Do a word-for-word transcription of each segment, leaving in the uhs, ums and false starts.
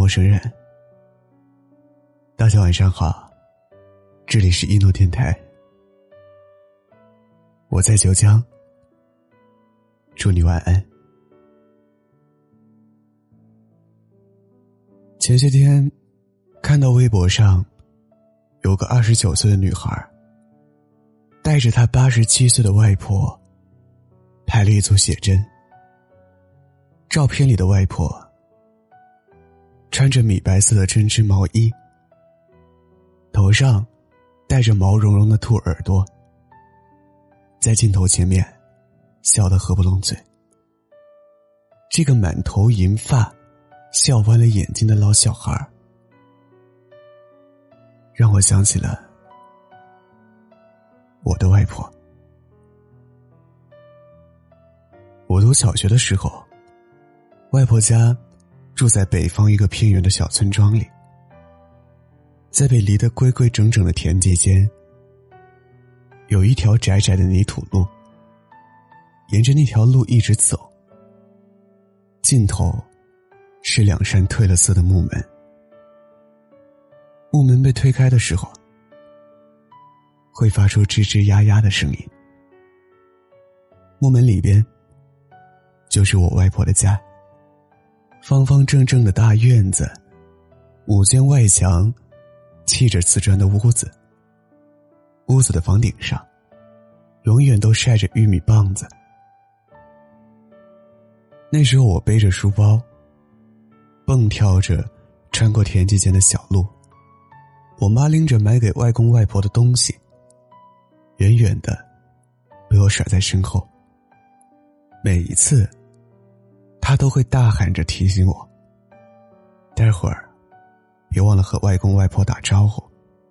陌生人。大家晚上好，这里是一诺电台，我在九江，祝你晚安。前些天看到微博上有个二十九岁的女孩带着她八十七岁的外婆拍了一组写真。照片里的外婆穿着米白色的针织毛衣，头上戴着毛茸茸的兔耳朵，在镜头前面笑得合不拢嘴。这个满头银发笑弯了眼睛的老小孩让我想起了我的外婆。我读小学的时候，外婆家住在北方一个偏远的小村庄里，在被犁得规规整整的田地间，有一条窄窄的泥土路，沿着那条路一直走，尽头是两扇褪了色的木门。木门被推开的时候，会发出吱吱呀呀的声音。木门里边就是我外婆的家，方方正正的大院子，五间外墙砌着瓷砖的屋子，屋子的房顶上永远都晒着玉米棒子。那时候我背着书包蹦跳着穿过田地间的小路，我妈拎着买给外公外婆的东西，远远的被我甩在身后。每一次她都会大喊着提醒我，待会儿别忘了和外公外婆打招呼。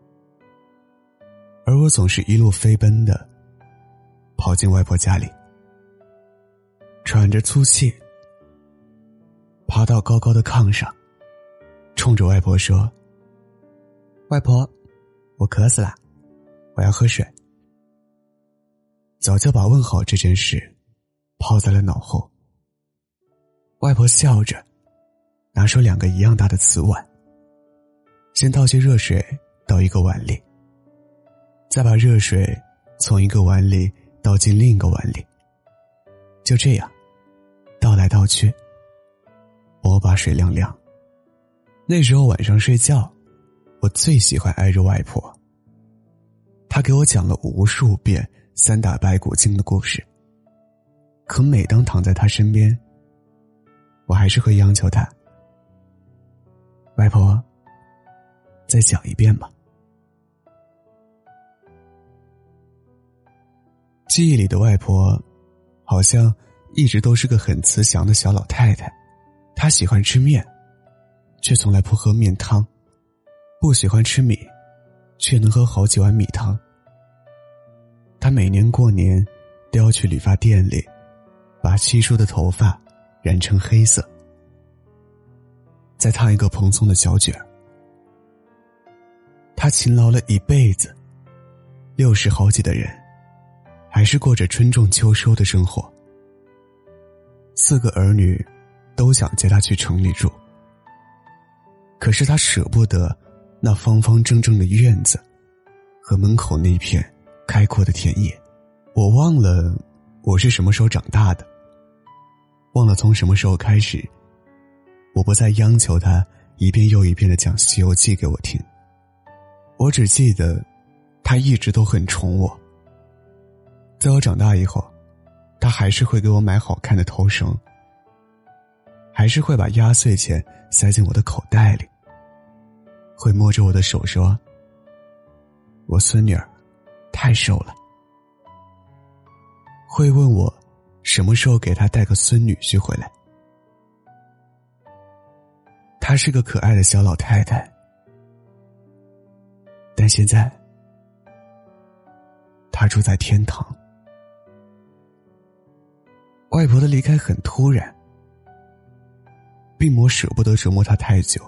而我总是一路飞奔的跑进外婆家里，喘着粗气爬到高高的炕上，冲着外婆说：外婆，我渴死了，我要喝水。早就把问好这件事抛在了脑后。外婆笑着拿出两个一样大的瓷碗，先倒些热水到一个碗里，再把热水从一个碗里倒进另一个碗里，就这样倒来倒去，我把水晾晾。那时候晚上睡觉，我最喜欢挨着外婆，她给我讲了无数遍三打白骨精的故事，可每当躺在她身边，我还是会央求她：外婆，再讲一遍吧。记忆里的外婆好像一直都是个很慈祥的小老太太，她喜欢吃面，却从来不喝面汤，不喜欢吃米，却能喝好几碗米汤。她每年过年都要去理发店里把稀疏的头发染成黑色，再烫一个蓬松的小卷儿。她勤劳了一辈子，六十好几的人还是过着春种秋收的生活。四个儿女都想接她去城里住，可是她舍不得那方方正正的院子和门口那片开阔的田野。我忘了我是什么时候长大的，忘了从什么时候开始，我不再央求她一遍又一遍地讲《西游记》给我听。我只记得她一直都很宠我，在我长大以后，她还是会给我买好看的头绳，还是会把压岁钱塞进我的口袋里，会摸着我的手说：我孙女儿太瘦了，会问我什么时候给她带个孙女婿回来。她是个可爱的小老太太，但现在她住在天堂。外婆的离开很突然，并我舍不得折磨她太久。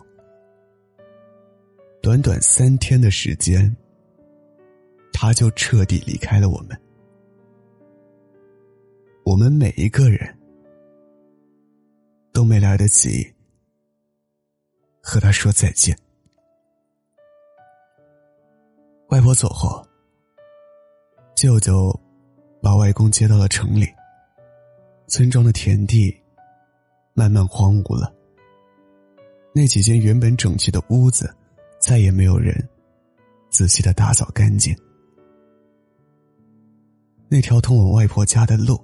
短短三天的时间，她就彻底离开了我们。我们每一个人都没来得及和他说再见。外婆走后，舅舅把外公接到了城里，村庄的田地慢慢荒芜了，那几间原本整齐的屋子再也没有人仔细地打扫干净。那条通往外婆家的路，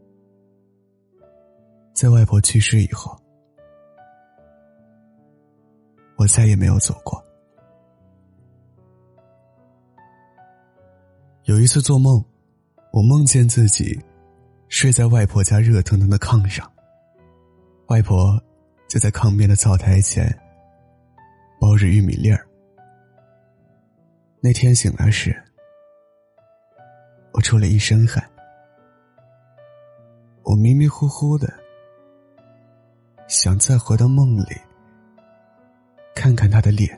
在外婆去世以后，我再也没有走过。有一次做梦，我梦见自己睡在外婆家热腾腾的炕上，外婆就在炕边的灶台前包着玉米粒儿。那天醒来时，我出了一身汗，我迷迷糊糊的想再回到梦里看看她的脸，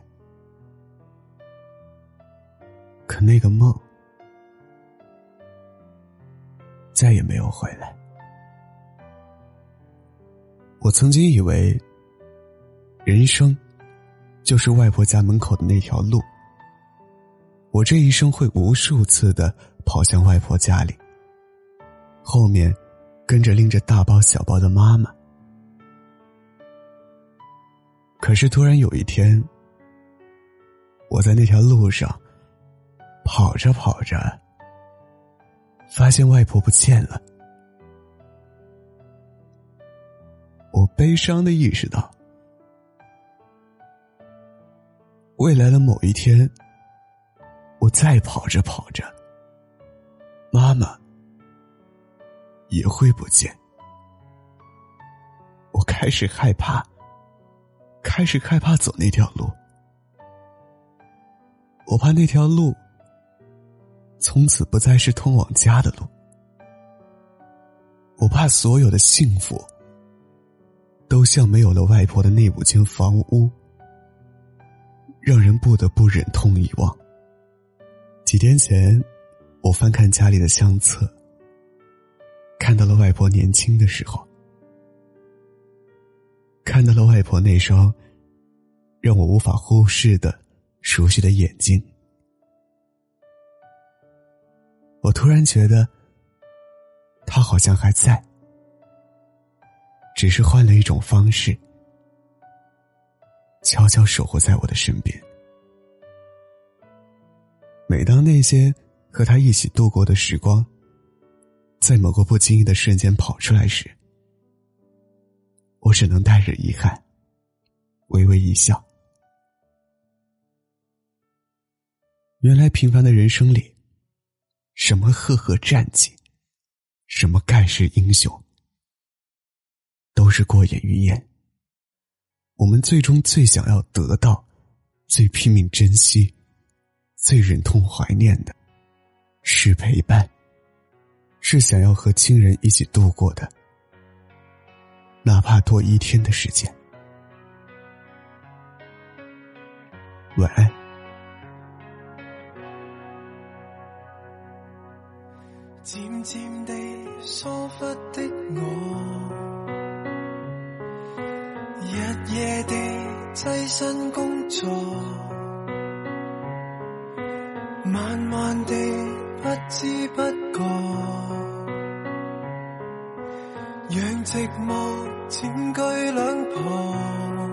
可那个梦再也没有回来。我曾经以为人生就是外婆家门口的那条路，我这一生会无数次的跑向外婆家里，后面跟着拎着大包小包的妈妈。可是突然有一天，我在那条路上跑着跑着，发现外婆不见了。我悲伤地意识到，未来的某一天，我再跑着跑着，妈妈也会不见。我开始害怕，开始害怕走那条路。我怕那条路从此不再是通往家的路。我怕所有的幸福都像没有了外婆的那五间房屋，让人不得不忍痛遗忘。几天前，我翻看家里的相册，看到了外婆年轻的时候，看到了外婆那双让我无法忽视的熟悉的眼睛。我突然觉得她好像还在，只是换了一种方式，悄悄守护在我的身边。每当那些和他一起度过的时光在某个不经意的瞬间跑出来时，我只能带着遗憾微微一笑。原来平凡的人生里，什么赫赫战绩，什么盖世英雄，都是过眼云烟。我们最终最想要得到，最拼命珍惜，最忍痛怀念的是陪伴，是想要和亲人一起度过的，哪怕多一天的时间。晚安。 漸漸地疏忽的我，日夜地躋身工作，慢慢地不知不覺，讓寂寞佔據兩旁，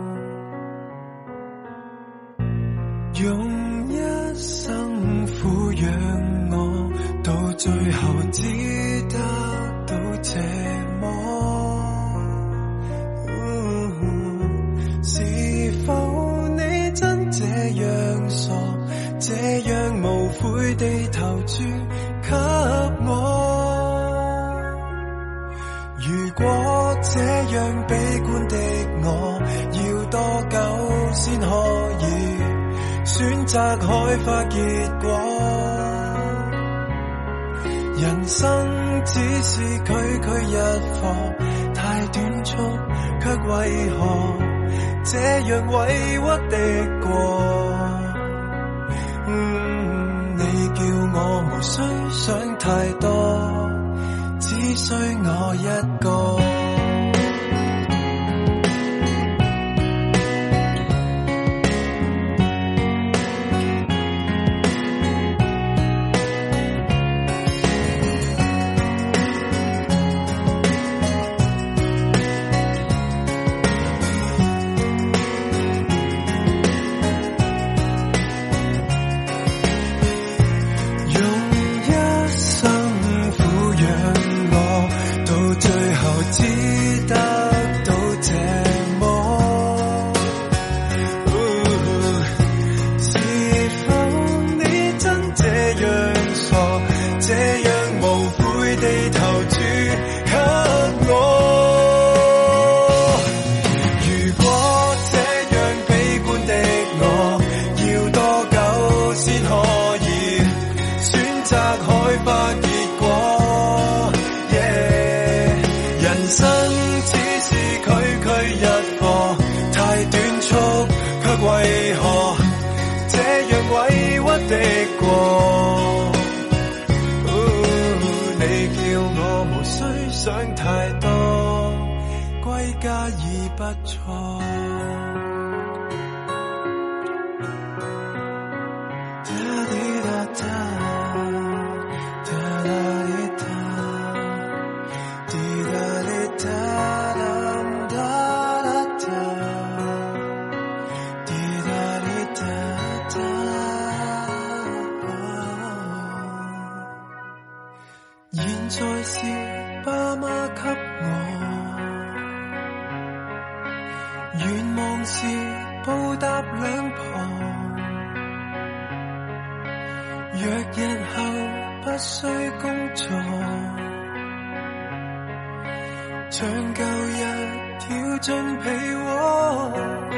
用一生撫養我，到最後只得到這麼。是否你真這樣傻，這樣無悔地投注給我？如果這樣悲觀的我，要多久先可以選擇開花結果？人生只是區區一課，太短促，卻為何這樣委屈的過？嗯，你叫我無需想太多，只需我一個。 開花結果。Yeah, 人生只是區區一個，太短促，卻為何這樣委屈的過？你叫我無需想太多，歸家已不錯。現在是爸媽給我，願望是報答兩旁。若日後不需工作，像舊日跳進被窩。